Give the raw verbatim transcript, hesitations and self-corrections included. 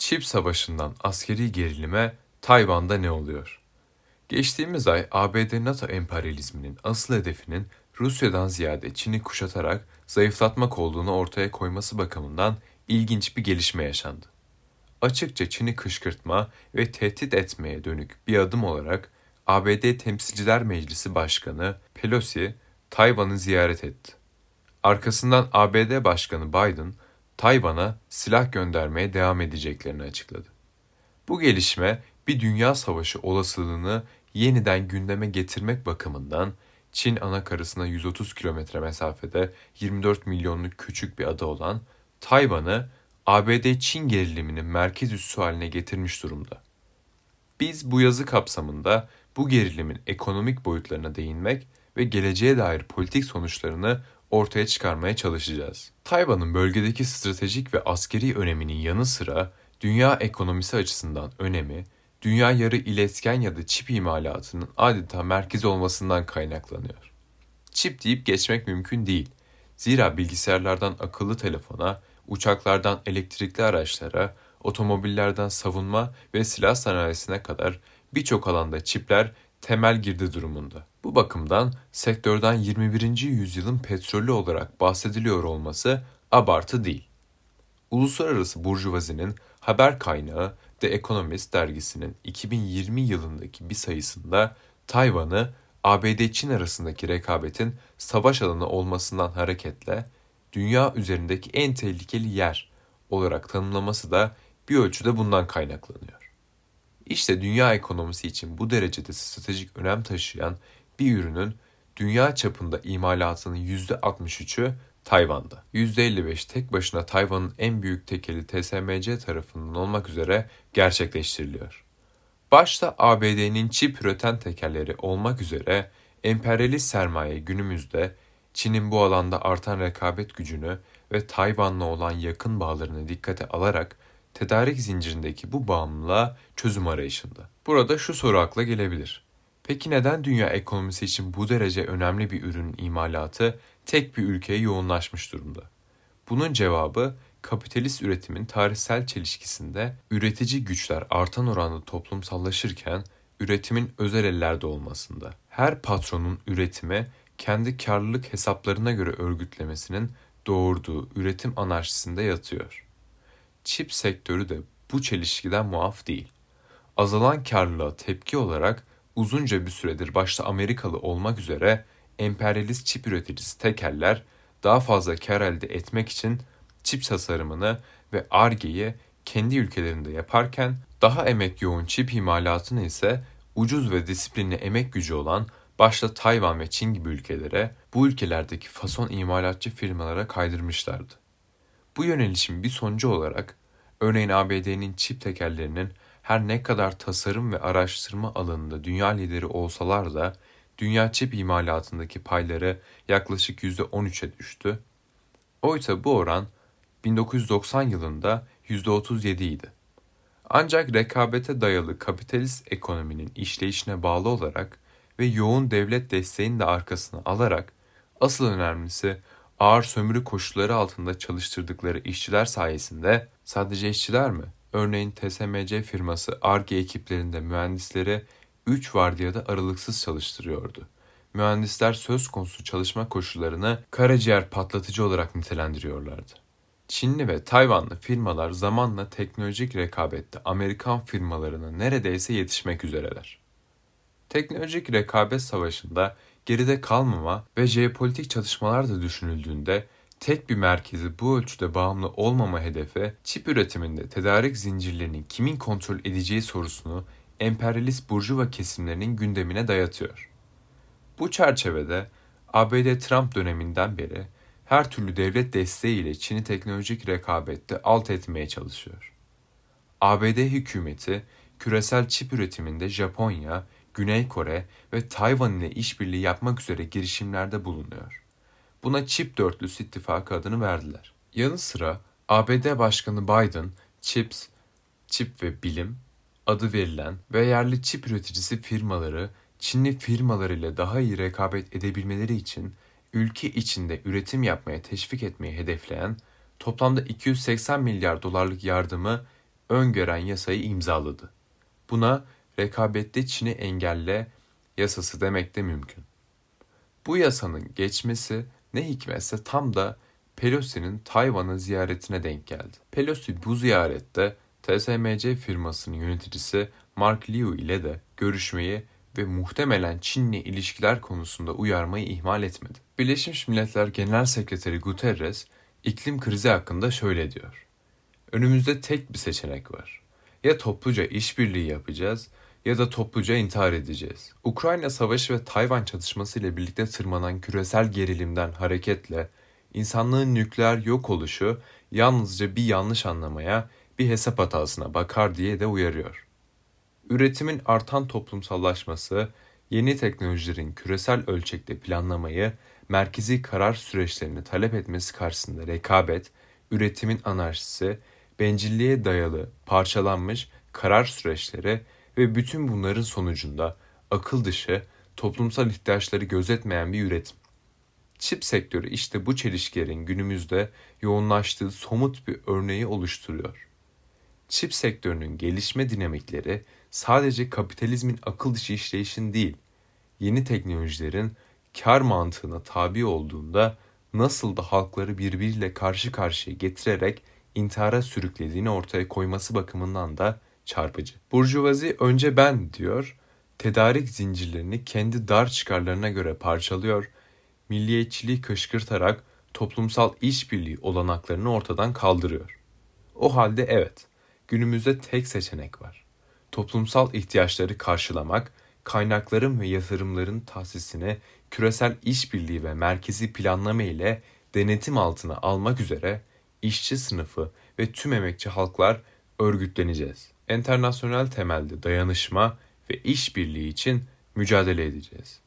Çip savaşından askeri gerilime Tayvan'da ne oluyor? Geçtiğimiz ay A B D-NATO emperyalizminin asıl hedefinin Rusya'dan ziyade Çin'i kuşatarak zayıflatmak olduğunu ortaya koyması bakımından ilginç bir gelişme yaşandı. Açıkça Çin'i kışkırtma ve tehdit etmeye dönük bir adım olarak A B D Temsilciler Meclisi Başkanı Pelosi Tayvan'ı ziyaret etti. Arkasından A B D Başkanı Biden, Tayvan'a silah göndermeye devam edeceklerini açıkladı. Bu gelişme bir dünya savaşı olasılığını yeniden gündeme getirmek bakımından Çin anakarasına yüz otuz kilometre mesafede yirmi dört milyonluk küçük bir ada olan Tayvan'ı A B D-Çin geriliminin merkez üssü haline getirmiş durumda. Biz bu yazı kapsamında bu gerilimin ekonomik boyutlarına değinmek ve geleceğe dair politik sonuçlarını ortaya çıkarmaya çalışacağız. Tayvan'ın bölgedeki stratejik ve askeri öneminin yanı sıra dünya ekonomisi açısından önemi, dünya yarı iletken ya da çip imalatının adeta merkezi olmasından kaynaklanıyor. Çip deyip geçmek mümkün değil. Zira bilgisayarlardan akıllı telefona, uçaklardan elektrikli araçlara, otomobillerden savunma ve silah sanayisine kadar birçok alanda çipler temel girdi durumunda. Bu bakımdan sektörden yirmi birinci yüzyılın petrolü olarak bahsediliyor olması abartı değil. Uluslararası Burjuvazi'nin haber kaynağı The Economist dergisinin iki bin yirmi yılındaki bir sayısında Tayvan'ı A B D-Çin arasındaki rekabetin savaş alanı olmasından hareketle dünya üzerindeki en tehlikeli yer olarak tanımlaması da bir ölçüde bundan kaynaklanıyor. İşte dünya ekonomisi için bu derecede stratejik önem taşıyan bir ürünün dünya çapında imalatının yüzde altmış üçü Tayvan'da. yüzde elli beş tek başına Tayvan'ın en büyük tekeli T S M C tarafından olmak üzere gerçekleştiriliyor. Başta A B D'nin çip üreten tekelleri olmak üzere emperyalist sermaye günümüzde Çin'in bu alanda artan rekabet gücünü ve Tayvan'la olan yakın bağlarını dikkate alarak tedarik zincirindeki bu bağımlılığa çözüm arayışında. Burada şu soru akla gelebilir. Peki neden dünya ekonomisi için bu derece önemli bir ürünün imalatı tek bir ülkeye yoğunlaşmış durumda? Bunun cevabı kapitalist üretimin tarihsel çelişkisinde üretici güçler artan oranda toplumsallaşırken üretimin özel ellerde olmasında. Her patronun üretime kendi karlılık hesaplarına göre örgütlemesinin doğurduğu üretim anarşisinde yatıyor. Çip sektörü de bu çelişkiden muaf değil. Azalan karlılığa tepki olarak uzunca bir süredir başta Amerikalı olmak üzere emperyalist çip üreticisi tekeller daha fazla kar elde etmek için çip tasarımını ve Ar-Ge'yi kendi ülkelerinde yaparken daha emek yoğun çip imalatını ise ucuz ve disiplinli emek gücü olan başta Tayvan ve Çin gibi ülkelere, bu ülkelerdeki fason imalatçı firmalara kaydırmışlardı. Bu yönelişin bir sonucu olarak örneğin A B D'nin çip tekellerinin her ne kadar tasarım ve araştırma alanında dünya lideri olsalar da dünya çip imalatındaki payları yaklaşık yüzde on üçe düştü. Oysa bu oran bin dokuz yüz doksan yılında yüzde otuz yedi idi. Ancak rekabete dayalı kapitalist ekonominin işleyişine bağlı olarak ve yoğun devlet desteğini de arkasına alarak asıl önemlisi ağır sömürü koşulları altında çalıştırdıkları işçiler sayesinde sadece işçiler mi? Örneğin T S M C firması Ar-Ge ekiplerinde mühendisleri üç vardiyada aralıksız çalıştırıyordu. Mühendisler söz konusu çalışma koşullarını karaciğer patlatıcı olarak nitelendiriyorlardı. Çinli ve Tayvanlı firmalar zamanla teknolojik rekabette Amerikan firmalarına neredeyse yetişmek üzereler. Teknolojik rekabet savaşında geride kalmama ve jeopolitik çatışmalar da düşünüldüğünde tek bir merkezi bu ölçüde bağımlı olmama hedefi çip üretiminde tedarik zincirlerini kimin kontrol edeceği sorusunu emperyalist burjuva kesimlerinin gündemine dayatıyor. Bu çerçevede A B D Trump döneminden beri her türlü devlet desteğiyle Çin'i teknolojik rekabette alt etmeye çalışıyor. A B D hükümeti küresel çip üretiminde Japonya, Güney Kore ve Tayvan ile işbirliği yapmak üzere girişimlerde bulunuyor. Buna Çip Dörtlüsü İttifakı adını verdiler. Yanı sıra A B D Başkanı Biden, Chips, Çip ve Bilim adı verilen ve yerli çip üreticisi firmaları Çinli firmalarıyla daha iyi rekabet edebilmeleri için ülke içinde üretim yapmaya teşvik etmeyi hedefleyen toplamda iki yüz seksen milyar dolarlık yardımı öngören yasayı imzaladı. Buna rekabette Çin'i engelle yasası demek de mümkün. Bu yasanın geçmesi ne hikmetse tam da Pelosi'nin Tayvan'ı ziyaretine denk geldi. Pelosi bu ziyarette T S M C firmasının yöneticisi Mark Liu ile de görüşmeyi ve muhtemelen Çin'le ilişkiler konusunda uyarmayı ihmal etmedi. Birleşmiş Milletler Genel Sekreteri Guterres, iklim krizi hakkında şöyle diyor. Önümüzde tek bir seçenek var. Ya topluca işbirliği yapacağız ya da topluca intihar edeceğiz. Ukrayna Savaşı ve Tayvan çatışması ile birlikte tırmanan küresel gerilimden hareketle insanlığın nükleer yok oluşu yalnızca bir yanlış anlamaya, bir hesap hatasına bakar diye de uyarıyor. Üretimin artan toplumsallaşması, yeni teknolojilerin küresel ölçekte planlamayı, merkezi karar süreçlerini talep etmesi karşısında rekabet, üretimin anarşisi, bencilliğe dayalı, parçalanmış karar süreçleri ve bütün bunların sonucunda akıl dışı, toplumsal ihtiyaçları gözetmeyen bir üretim. Çip sektörü işte bu çelişkilerin günümüzde yoğunlaştığı somut bir örneği oluşturuyor. Çip sektörünün gelişme dinamikleri sadece kapitalizmin akıl dışı işleyişin değil, yeni teknolojilerin kar mantığına tabi olduğunda nasıl da halkları birbiriyle karşı karşıya getirerek intihara sürüklediğini ortaya koyması bakımından da çarpıcı. Burjuvazi önce ben diyor, tedarik zincirlerini kendi dar çıkarlarına göre parçalıyor, milliyetçiliği kışkırtarak toplumsal işbirliği olanaklarını ortadan kaldırıyor. O halde evet, günümüzde tek seçenek var. Toplumsal ihtiyaçları karşılamak, kaynakların ve yatırımların tahsisini küresel işbirliği ve merkezi planlama ile denetim altına almak üzere işçi sınıfı ve tüm emekçi halklar örgütleneceğiz. Enternasyonel temelde dayanışma ve işbirliği için mücadele edeceğiz.